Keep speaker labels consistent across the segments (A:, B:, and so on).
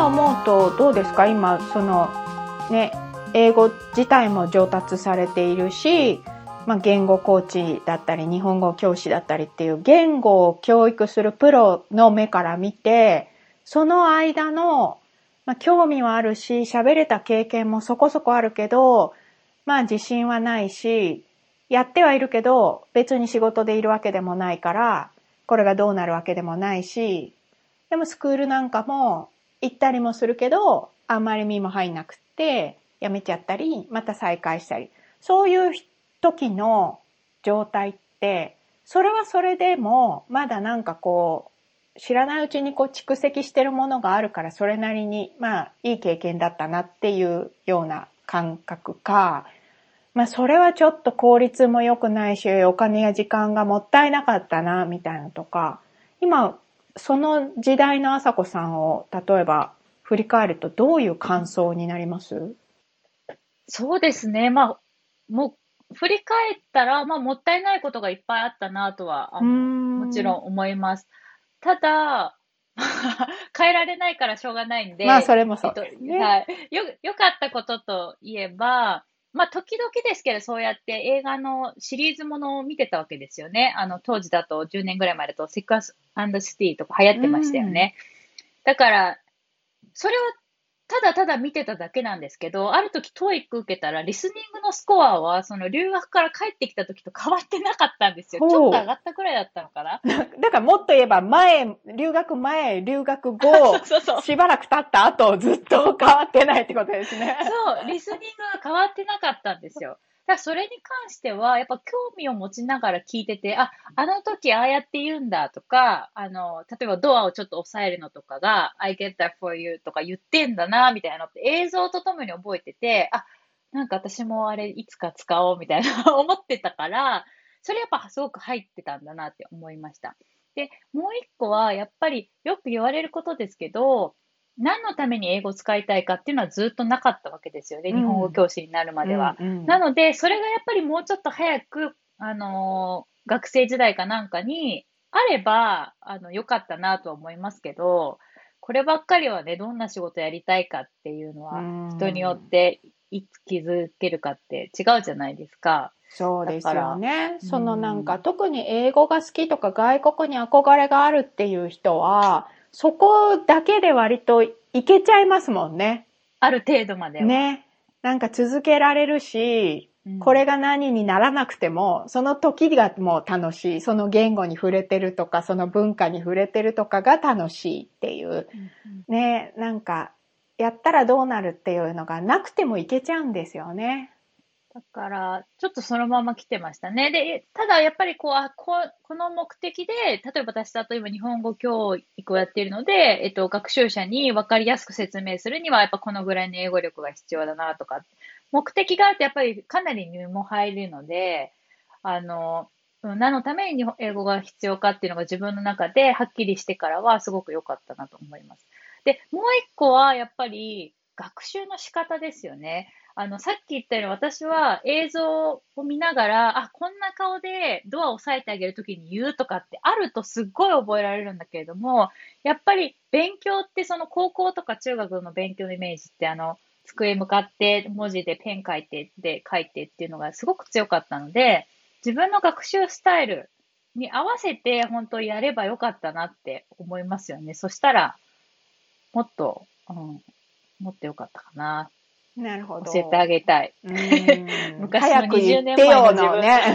A: 今思うとどうですか？今そのね、英語自体も上達されているし、言語コーチだったり日本語教師だったりっていう言語を教育するプロの目から見て、その間の、興味はあるし喋れた経験もそこそこあるけど、自信はないし、やってはいるけど別に仕事でいるわけでもないからこれがどうなるわけでもないし、でもスクールなんかも行ったりもするけどあんまり身も入んなくってやめちゃったりまた再開したり、そういう時の状態って、それはそれでもまだなんかこう知らないうちにこう蓄積してるものがあるから、それなりにいい経験だったなっていうような感覚か、それはちょっと効率も良くないしお金や時間がもったいなかったなみたいなとか、今その時代の朝子さんを例えば振り返るとどういう感想になります？
B: そうですね。も振り返ったら、もったいないことがいっぱいあったなとは、
A: うー
B: もちろ
A: ん。
B: ん思います。ただ、変えられないからしょうがないんで、
A: それもそうですね。
B: はい。よかったことといえば、時々ですけど、そうやって映画のシリーズものを見てたわけですよね。当時だと、10年ぐらい前だと、セックスシティとか流行
A: う
B: ってましたよ
A: ん。
B: ね。だから、それはただただ見てただけなんですけど、ある時トーイック受けたら、リスニングのスコアは、その留学から帰ってきた時と変わってなかったんですよ。ちょっと上
A: ほう。
B: がったくらいだったのかな。
A: だからもっと言えば留学前、留学
B: そう
A: 後、
B: そうそう。
A: しばらく経った後、ずっと変わってないってことですね。
B: そう、リスニングが変わってなかったんですよ。だからそれに関しては、やっぱ興味を持ちながら聞いてて、あの時ああやって言うんだとか、例えばドアをちょっと押さえるのとかが、I get that for you とか言ってんだな、みたいなのって映像とともに覚えてて、なんか私もあれいつか使おうみたいな思ってたから、それやっぱすごく入ってたんだなって思いました。で、もう一個は、やっぱりよく言われることですけど、何のために英語を使いたいかっていうのはずっとなかったわけですよね。日本語
A: うん。
B: 教師になるま
A: うん。
B: では。
A: うん。
B: なので、それがやっぱりもうちょっと早く、学生時代かなんかにあれば、良かったなとは思いますけど、こればっかりはね、どんな仕事やりたいかっていうの
A: う
B: は、人によっ
A: ん。
B: ていつ気づけるかって違うじゃないですか。
A: そうですよ
B: だから、
A: ね。
B: う
A: そのなんか
B: ん、
A: 特に英語が好きとか外国に憧れがあるっていう人は、そこだけで割といけちゃいますもんね。
B: ある程度までは。
A: ね。なんか続けられるし、
B: うん、
A: これが何にならなくても、その時がもう楽しい。その言語に触れてるとか、その文化に触れてるとかが楽しいっていう。
B: うん、うん。
A: ね。なんか、やったらどうなるっていうのがなくてもいけちゃうんですよね。
B: だから、ちょっとそのまま来てましたね。で、ただやっぱりこの目的で、例えば私だと今日本語教育をやっているので、学習者に分かりやすく説明するには、やっぱこのぐらいの英語力が必要だなとか、目的があるとやっぱりかなり入も入るので、あの、何のために英語が必要かっていうのが自分の中ではっきりしてからはすごく良かったなと思います。で、もう一個はやっぱり学習の仕方ですよね。さっき言ったように私は映像を見ながら、こんな顔でドアを押さえてあげるときに言うとかってあるとすっごい覚えられるんだけれども、やっぱり勉強ってその高校とか中学の勉強のイメージって机向かって文字でペン書いてで書いてっていうのがすごく強かったので、自分の学習スタイルに合わせて本当やればよかったなって思いますよね。そしたら、もっと、もっとよかったかな。
A: なるほ
B: 教えてあ
A: ど。
B: げたい。昔の
A: 早く言っ
B: 20年
A: てよ
B: 前の自分。
A: のね。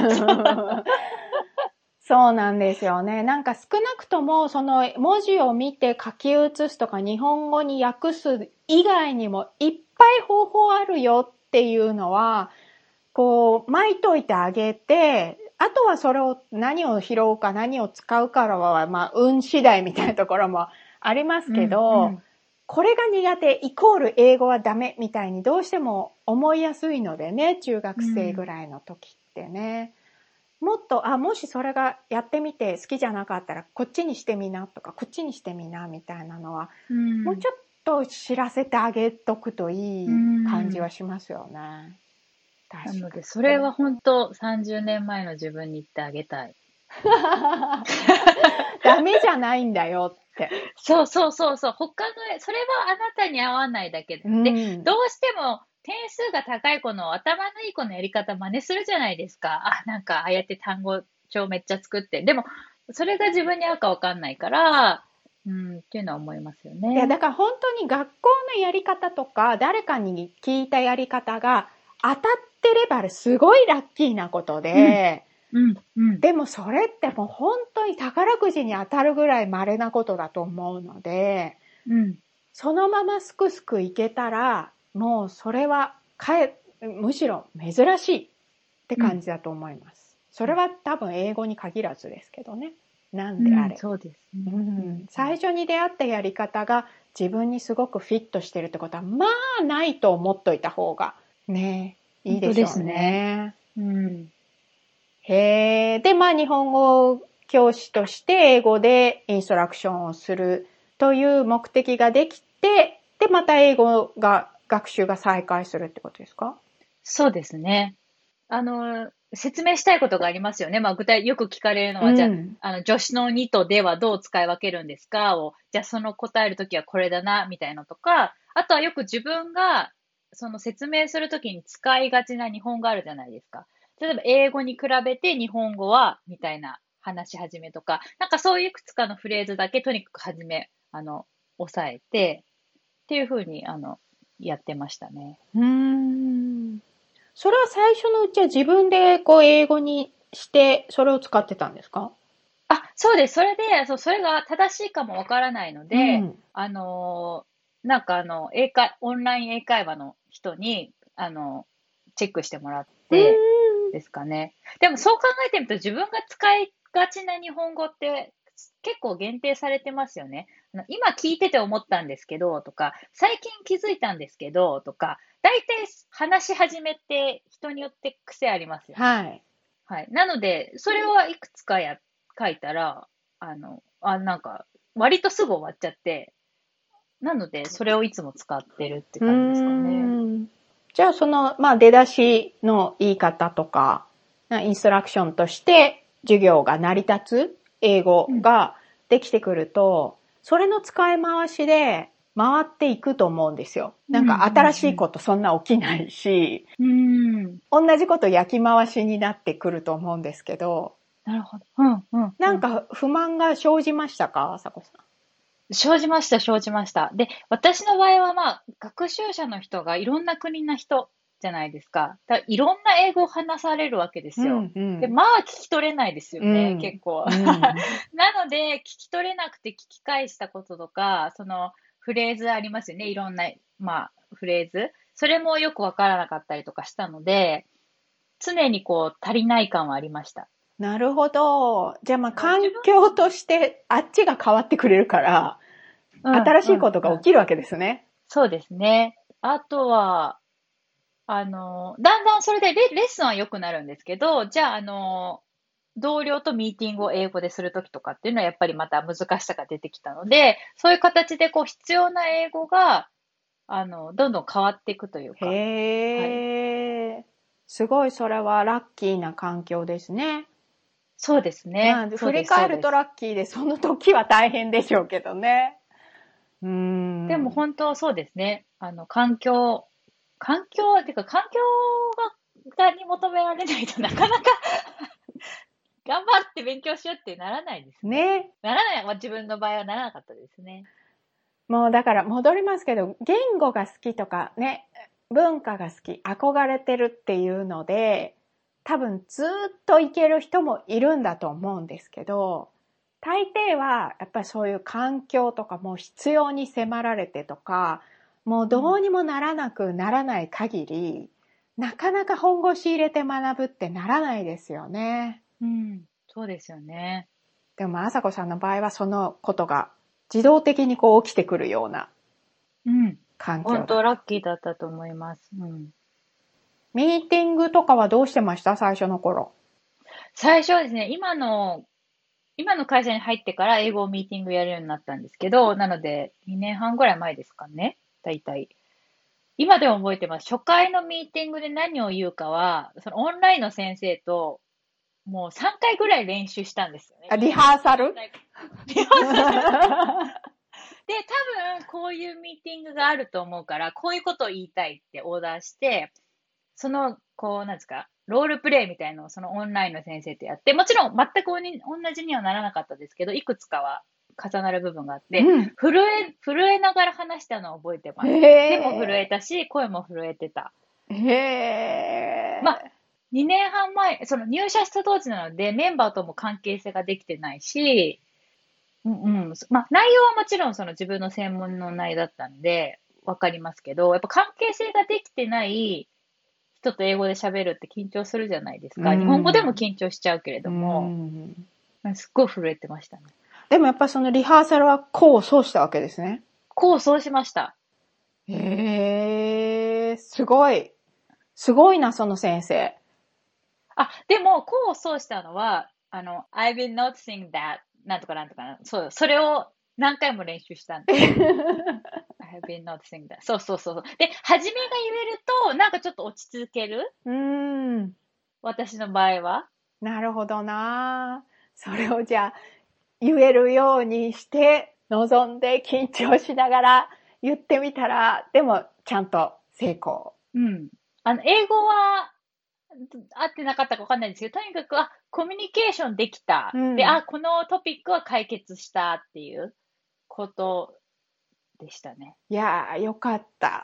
A: そうなんですよね。なんか少なくともその文字を見て書き写すとか日本語に訳す以外にもいっぱい方法あるよっていうのはこう巻いといてあげて、あとはそれを何を拾うか何を使うからは運次第みたいなところもありますけ
B: うん、う
A: ど、
B: ん、
A: これが苦手イコール英語はダメみたいにどうしても思いやすいのでね、中学生ぐ
B: うん、
A: らいの時ってね。もっと、もしそれがやってみて好きじゃなかったら、こっちにしてみなとか、こっちにしてみなみたいなのは、
B: うん、
A: もうちょっと知らせてあげとくと
B: う
A: いい感じは
B: ん。
A: しますよね。確
B: なので、そ
A: かにね。
B: れは本当30年前の自分に言ってあげたい。
A: ダメじゃないんだよって。
B: そうそうそうそう。それはあなたに合わないだけで。
A: う
B: で、
A: ん。
B: どうしても点数が高い子の頭のいい子のやり方真似するじゃないですか。あ、なんかああやって単語帳めっちゃ作って。でも、それが自分に合うかわかんないから、っていうのは思いますよ
A: いや、
B: ね。
A: だから本当に学校のやり方とか、誰かに聞いたやり方が当たってればすごいラッキーなこと
B: うん、
A: で、
B: うん、うん、
A: でもそれってもう本当に宝くじに当たるぐらい稀なことだと思うので、
B: うん。
A: そのまますくすくいけたら、もうそれはむしろ珍しいって
B: うん、
A: 感じだと思います。それは多分英語に限らずですけどね。なん
B: うん、
A: であれ。
B: そうですね。うん、うん。
A: 最初に出会ったやり方が自分にすごくフィットしてるってことは、まあないと思っといた方がね、いい
B: 本当で
A: でしょう
B: すね。
A: ね。
B: うん。
A: へえ。で、まあ日本語教師として英語でインストラクションをするという目的ができて、で、また英語が、学習が再開するってことですか？
B: そうですね。説明したいことがありますよね。まあ、よく聞かれるの
A: う
B: は、じゃ
A: ん。
B: あ、助詞のにとではどう使い分けるんですかを、じゃあその答えるときはこれだな、みたいなのとか、あとはよく自分が、その説明するときに使いがちな日本語あるじゃないですか。例えば、英語に比べて日本語は、みたいな話し始めとか、なんかそういういくつかのフレーズだけとにかく押さえて、っていうふうに、やってましたね。
A: うーん。それは最初のうちは自分でこう英語にしてそれを使ってたんですか？
B: あ、そうです。それで、それが正しいかもわからないので、
A: うん。
B: なんかオンライン英会話の人に、チェックしてもらっ
A: うー
B: て
A: ん。
B: ですかね。でもそう考えてみると自分が使いがちな日本語って結構限定されてますよね。今聞いてて思ったんですけど、とか、最近気づいたんですけど、とか、大体話し始めって人によって癖ありますよね。
A: はい。
B: はい。なので、それはいくつか書いたら、なんか、割とすぐ終わっちゃって、なので、それをいつも使ってるって
A: うー
B: 感じですかね。
A: ん。じゃあまあ出だしの言い方とか、インストラクションとして授業が成り立つ英語
B: うん。
A: ができてくると、それの使い回しで回っていくと思うんですよ。
B: うん、
A: なんか新しい
B: うん、
A: ことそんな起きないし、
B: うん。
A: 同じこと焼き回しになってくると思うんですけど、
B: なるほど。うん、うん、うん。
A: なんか不満が生じましたか、朝子さ
B: 生じました、生じました。で、私の場合は、まあ、学習者の人がいろんな国の人じゃないですか。いろんな英語を話されるわけですよ。
A: ん。う
B: で、
A: ん、
B: まあ、聞き取れないですよ
A: う
B: ね、
A: ん、
B: 結構。
A: うん。
B: なので、聞き取れなくて聞き返したこととか、そのフレーズありますよね。いろんな、まあ、フレーズ。それもよくわからなかったりとかしたので、常にこう、足りない感はありました。
A: なるほど。じゃあまあ環
B: だから自分、
A: 境としてあっちが変わってくれるから、
B: うん、
A: 新しいこ
B: うん、うん。
A: とが起きるわけですね。
B: そうですね。あとは、だんだんそれでレッスンは良くなるんですけど、じゃあ、同僚とミーティングを英語でするときとかっていうのはやっぱりまた難しさが出てきたので、そういう形でこう必要な英語が、どんどん変わっていくというか、はい。
A: へえ。すごいそれはラッキーな環境ですね。
B: そうですね。
A: まあ、振り
B: そうです、そ
A: 返るとラ
B: うです。
A: ッキーで、その時は大変でしょうけどね。うー
B: でも
A: ん。
B: 本当そうですね。っていうか環境に求められないとなかなか頑張って勉強しようってならないですね。
A: ね。
B: ならない。まあ、自分の場合はならなかったですね。
A: もうだから戻りますけど、言語が好きとかね、文化が好き、憧れてるっていうので、多分ずっといける人もいるんだと思うんですけど、大抵はやっぱりそういう環境とかもう必要に迫られてとか、もう
B: うん。
A: どうにもならなくならない限り、なかなか本腰入れて学ぶってならないですよね。
B: うん。そうですよね。
A: でも、朝子さんの場合はそのことが自動的にこう起きてくるような
B: うん。
A: 環境だった。
B: 本当ラッキーだったと思います。うん。
A: ミーティングとかはどうしてました、最初の頃？
B: 最初はですね、今の会社に入ってから英語をミーティングやるようになったんですけど、なので2年半ぐらい前ですかね。大体。今でも覚えてます。初回のミーティングで何を言うかは、そのオンラインの先生ともう3回ぐらい練習したんですよね。
A: あ、リハーサル？
B: で、多分こういうミーティングがあると思うから、こういうことを言いたいってオーダーして、なんですか、ロールプレイみたいのをそのオンラインの先生とやって、もちろん全く同じにはならなかったですけど、いくつかは重なる部分があって、
A: うん。
B: 震えながら話したのを覚えてます。手も震え
A: へ
B: たし、声も震えてた。
A: え。へ
B: まあ、
A: え。
B: 2年半前、その入社した当時なので、メンバーとも関係性ができてないし、まあ、内容はもちろんその自分の専門の内容だったんで、わかりますけど、やっぱ関係性ができてない人と英語で喋るって緊張するじゃないです
A: う
B: か。日本語でも
A: ん。
B: 緊張しちゃうけれ
A: う
B: ども、
A: ん。
B: すっごい震えてましたね。
A: でもやっぱそのリハーサルは功を奏したわけですね。
B: そうしました。
A: へえ、すごい。すごいな、その先生。
B: あ、でも、そうしたのは、I've been noticing that, なんとかなんとかな、それを何回も練習したんですよ。I have been noticing that. そう。で、初めが言えると、なんかちょっと落ち着ける
A: うーん。
B: 私の場合は。
A: なるほどな。それをじゃあ、言えるようにして、望んで緊張しながら言ってみたら、でもちゃんと成功。
B: うん。英語は合ってなかったかわかんないんですけど、とにかく、コミュニケーションできた。で、
A: うん。
B: このトピックは解決したっていうことでしたね。
A: いやー、よかった。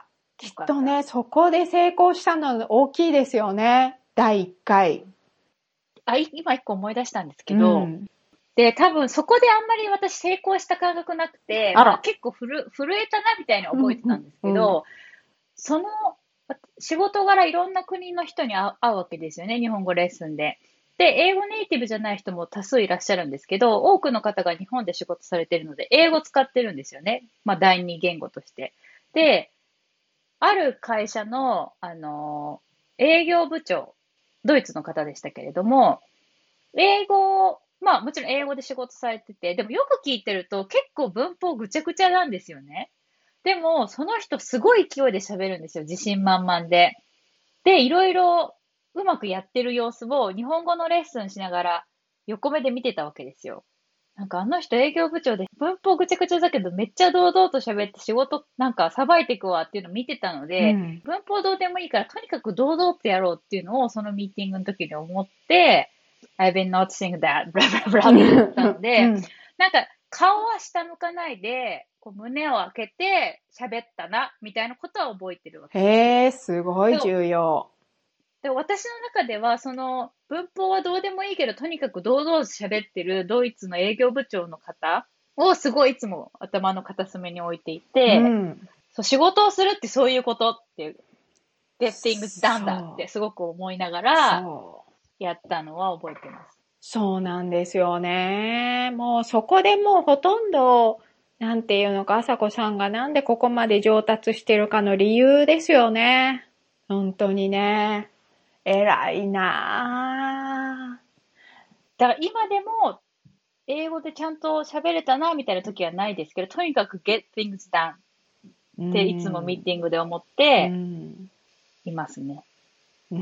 A: き
B: よかった。
A: っとね、そこで成功したの大きいですよね。第1回。
B: 今一個思い出したんです
A: う
B: けど、
A: ん。
B: で、多分そこであんまり私成功した感覚なくて、まあ
A: あら。
B: 結構震えたなみたいに覚えてたんです
A: うん。
B: けど、その仕事柄いろんな国の人に会うわけですよね、日本語レッスンで。で、英語ネイティブじゃない人も多数いらっしゃるんですけど、多くの方が日本で仕事されているので、英語使ってるんですよね。まあ、第二言語として。で、ある会社の、営業部長、ドイツの方でしたけれども、まあもちろん英語で仕事されてて、でもよく聞いてると結構文法ぐちゃぐちゃなんですよね。でも、その人すごい勢いで喋るんですよ。自信満々で。で、いろいろうまくやってる様子を日本語のレッスンしながら横目で見てたわけですよ。なんかあの人営業部長で文法ぐちゃぐちゃだけどめっちゃ堂々と喋って仕事なんかさばいていくわっていうのを見てたので、
A: うん。
B: 文法どうでもいいからとにかく堂々とやろうっていうのをそのミーティングの時に思って、I've been noticing that, blah blah blah って言ったので、
A: うん。
B: なんか顔は下向かないで、こう胸を開けて喋ったな、みたいなことは覚えてるわけですよ。
A: へえ、すごい
B: で
A: 重要。
B: 私の中では、その文法はどうでもいいけど、とにかく堂々と喋ってるドイツの営業部長の方をすごいいつも頭の片隅に置いていて、
A: うん。
B: 仕事をするってそういうことっていう、get things done だっ
A: そう。
B: てすごく思いながら
A: そう。
B: やったのは覚えてます。
A: そうなんですよね。もうそこでもうほとんど、なんていうのか、朝子さんがなんでここまで上達してるかの理由ですよね。本当にね。偉いな
B: だから今でも英語でちゃんと喋れたなみたいな時はないですけど、とにかく get things done っ
A: ぁ。う
B: ていつもミー
A: ん。
B: ティングで思っ
A: う
B: て
A: ん。
B: いますね。
A: うん。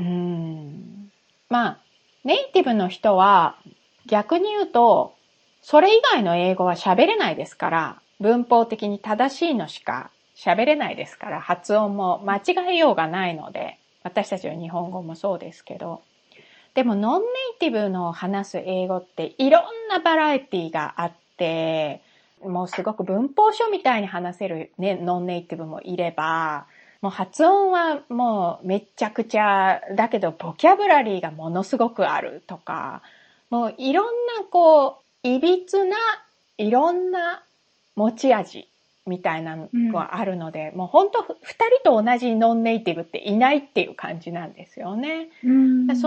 A: まあ、ネイティブの人は逆に言うと、それ以外の英語は喋れないですから、文法的に正しいのしか喋れないですから、発音も間違えようがないので、私たちは日本語もそうですけど、でもノンネイティブの話す英語っていろんなバラエティがあって、もうすごく文法書みたいに話せる、ね、ノンネイティブもいれば、もう発音はもうめっちゃくちゃだけどボキャブラリーがものすごくあるとか、もういろんなこういびつないろんな持ち味みたいなの
B: うん。
A: があるので、もう本当2人と同じノンネイティブっていないっていう感じなんですよね。
B: うん、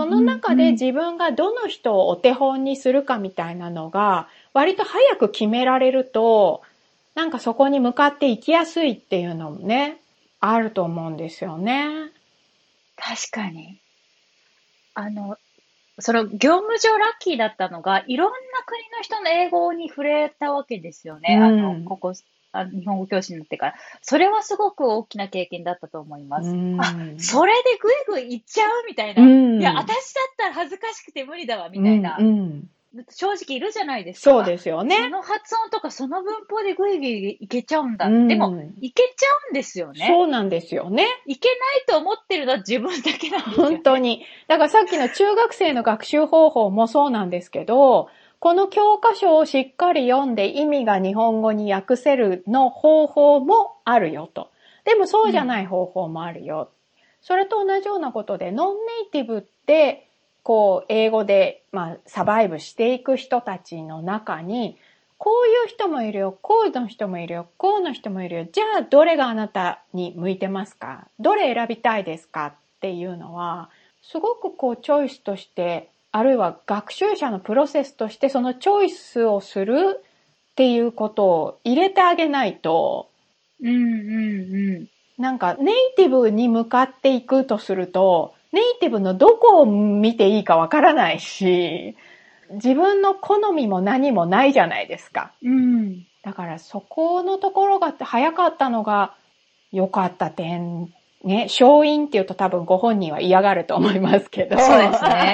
A: その
B: うん、
A: 中で
B: うん。
A: 自分がどの人をお手本にするかみたいなのが割と早く決められると、なんかそこに向かっていきやすいっていうのもね、あると思うんですよね。
B: 確かに。あの、その業務上ラッキーだったのが、いろんな国の人の英語に触れたわけですよ
A: う
B: ね。
A: ん。
B: 日本語教師になってから。それはすごく大きな経験だったと思いま
A: う
B: す。
A: ん。
B: それでぐいぐい行っちゃうみたい
A: う
B: な。いや、
A: ん。
B: 私だったら恥ずかしくて無理だわ、み
A: うん。
B: たいな。
A: うん。
B: 正直いるじゃないですか。
A: そうですよね。
B: その発音とかその文法でグイグイいけちゃうんだ。
A: うん
B: でも、いけちゃうんですよね。
A: そうなんですよね。
B: いけないと思ってるのは自分だけなんですよね。
A: 本当に。だからさっきの中学生の学習方法もそうなんですけど、この教科書をしっかり読んで意味が日本語に訳せるの方法もあるよと。でもそうじゃない方法もあるよ。それと同じようなことで、ノンネイティブって、こう、英語で、サバイブしていく人たちの中に、こういう人もいるよ、こういう人もいるよ、こうの人もいるよ。じゃあ、どれがあなたに向いてますか？どれ選びたいですか？っていうのは、すごくこう、チョイスとして、あるいは学習者のプロセスとして、そのチョイスをするっていうことを入れてあげないと、
B: うんうん。
A: なんかネイティブに向かっていくとすると、ネイティブのどこを見ていいかわからないし、自分の好みも何もないじゃないですか。
B: うん。
A: だからそこのところが早かったのが良かった点。ね、勝因っていうと多分ご本人は嫌がると思いますけど。
B: そうですね。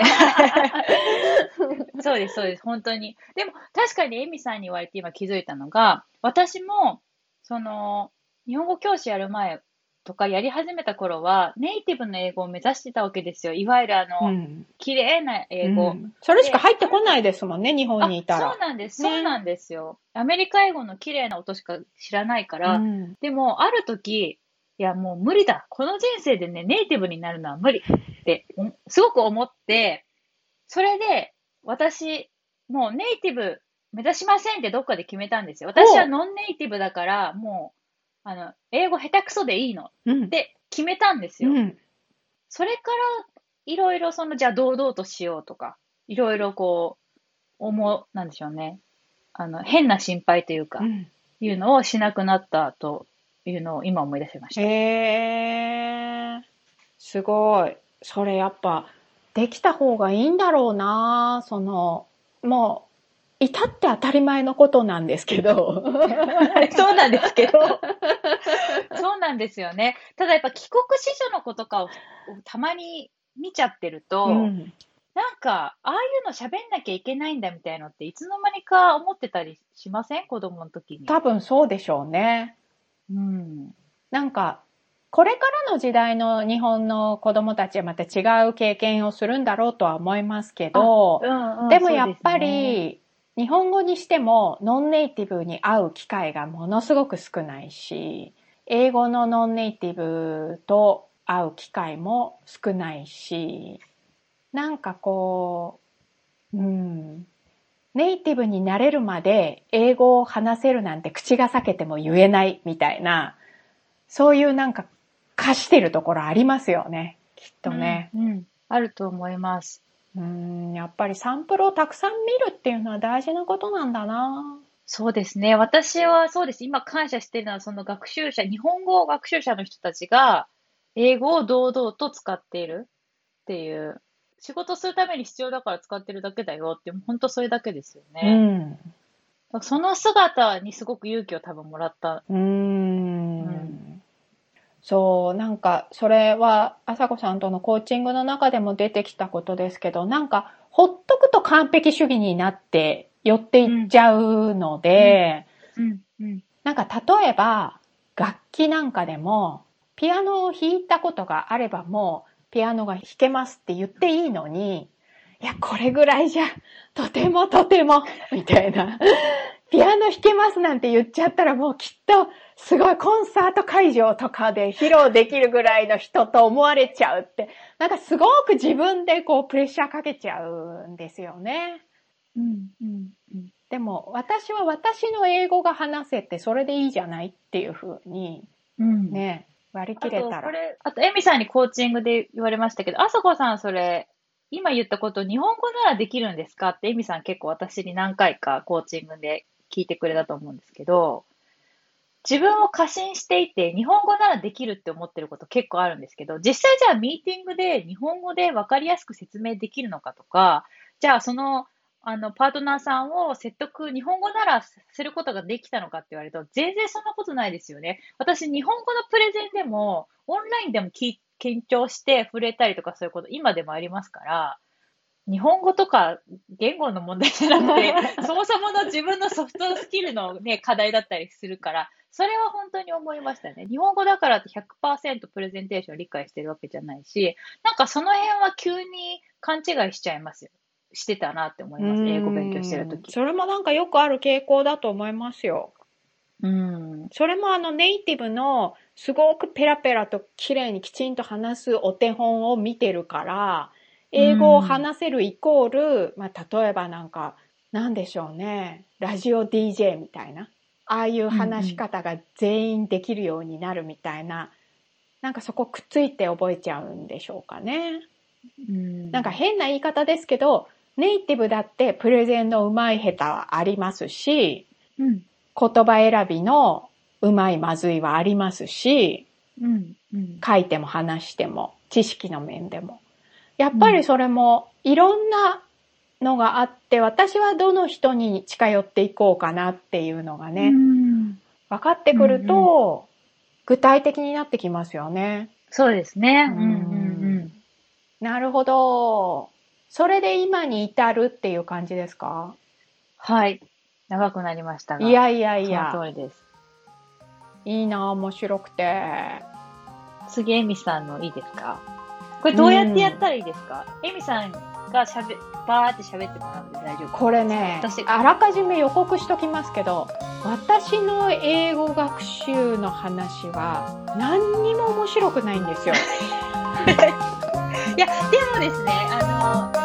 B: そうです、そうです。本当に。でも、確かにエミさんに言われて今気づいたのが、私も、その、日本語教師やる前とかやり始めた頃は、ネイティブの英語を目指してたわけですよ。いわゆる
A: うん。
B: 綺麗な英語。
A: うん。それしか
B: で、
A: 入ってこないですもんね、日本にいたら。
B: そうなんです、そうな
A: ね。
B: んですよ。アメリカ英語の綺麗な音しか知らないから、
A: うん。
B: でも、ある時、いや、もう無理だ。この人生でね、ネイティブになるのは無理ってすごく思って、それで、私、もうネイティブ目指しませんってどっかで決めたんですよ。私は
A: おう。
B: ノンネイティブだから、もう、英語下手くそでいいのっ
A: うん。
B: て決めたんですよ。
A: うん。
B: それから、いろいろじゃあ堂々としようとか、いろいろこう、なんでしょうね。変な心配というか、
A: うん。
B: いうのをしなくなったというのを今思い出しまし
A: へ
B: た。
A: え、すごい。それやっぱ、できた方がいいんだろうな。もう、至って当たり前のことなんですけど。
B: そうなんですけど、そうなんですよね。ただやっぱ帰国子女の子とかをたまに見ちゃってると、
A: うん。
B: なんか、ああいうの喋んなきゃいけないんだみたいのっていつの間にか思ってたりしません？子供の時に。
A: 多分そうでしょうね。
B: うん。
A: なんか、これからの時代の日本の子供たちはまた違う経験をするんだろうとは思いますけ
B: あ、
A: ど、
B: うんうん、
A: でも
B: そうです
A: やっぱ
B: ね。
A: り日本語にしてもノンネイティブに会う機会がものすごく少ないし、英語のノンネイティブと会う機会も少ないし、なんかこう、ネイティブになれるまで英語を話せるなんて口が裂けても言えないみたいな、そういうなんか課してるところありますよね。きっ
B: うん、
A: とね。
B: うん。あると思います。
A: やっぱりサンプルをたくさん見るっていうのは大事なことなんだな。
B: そうですね。私はそうです。今感謝してるのは、その学習者、日本語学習者の人たちが、英語を堂々と使っているっていう、仕事するために必要だから使ってるだけだよって、本当それだけですよ
A: う
B: ね。
A: ん。
B: その姿にすごく勇気を多分もらった。
A: うー
B: うん。
A: ん。そう、なんか、それは、朝子さんとのコーチングの中でも出てきたことですけど、なんか、ほっとくと完璧主義になって寄ってい
B: うん。
A: っちゃうの
B: うん。
A: で、
B: うん。うん。
A: なんか、例えば、楽器なんかでも、ピアノを弾いたことがあればもう、ピアノが弾けますって言っていいのに、いや、これぐらいじゃ、とてもとても、みたいな。ピアノ弾けますなんて言っちゃったらもうきっとすごいコンサート会場とかで披露できるぐらいの人と思われちゃうって、なんかすごく自分でこうプレッシャーかけちゃうんですよね。
B: うん。うん。うん。
A: でも私は私の英語が話せてそれでいいじゃないっていう風に
B: うん。
A: ね、割り切
B: あと、
A: れたら。
B: あと、エミさんにコーチングで言われましたけど、あさこさんそれ、今言ったこと日本語ならできるんですかって、エミさん結構私に何回かコーチングで聞いてくれたと思うんですけど、自分を過信していて、日本語ならできるって思ってること結構あるんですけど、実際じゃあミーティングで日本語で分かりやすく説明できるのかとか、じゃあパートナーさんを日本語ならすることができたのかって言われると、全然そんなことないですよね。私、日本語のプレゼンでも、オンラインでも緊張して触れたりとかそういうこと、今でもありますから、 日本語とか言語の問題じゃなくて、そもそもの自分のソフトスキルのね、課題だったりするから、それは本当に思いましたね。日本語だからって100%プレゼンテーションを理解してるわけじゃないし、なんかその辺は急に勘違いしちゃいますよ。してたなって思います。英語勉強してるとき。
A: それもなんかよくある傾向だと思いますよ。
B: うん。
A: それもネイティブのすごくペラペラと綺麗にきちんと話すお手本を見てるから、英語を話せるイコール、まあ、例えばなんか、なんでしょうね、ラジオ DJ みたいな、ああいう話し方が全員できるようになるみたいな、なんかそこくっついて覚えちゃうんでしょうかね。なんか変な言い方ですけど、ネイティブだってプレゼンの上手い下手はありますし、言葉選びのうまいまずいはありますし、書いても話しても知識の面でもやっぱりそれもいろんなのがあって、私はどの人に近寄っていこうかなっていうのがね、分かってくると具体的になってきますよね。
B: そうですね。
A: なるほど。それで今に至るっていう感じですか？
B: はい。長くなりましたが。
A: いやいやいや。
B: その通りです。
A: いいな、面白くて。
B: 次、エミさんのいいですか？これどうやってやったらいいですか？エミさんがバーって喋ってもらうんで大丈夫？
A: これね、あらかじめ予告しときますけど、私の英語学習の話は何にも面白くないんですよ。
B: いや、でもですね、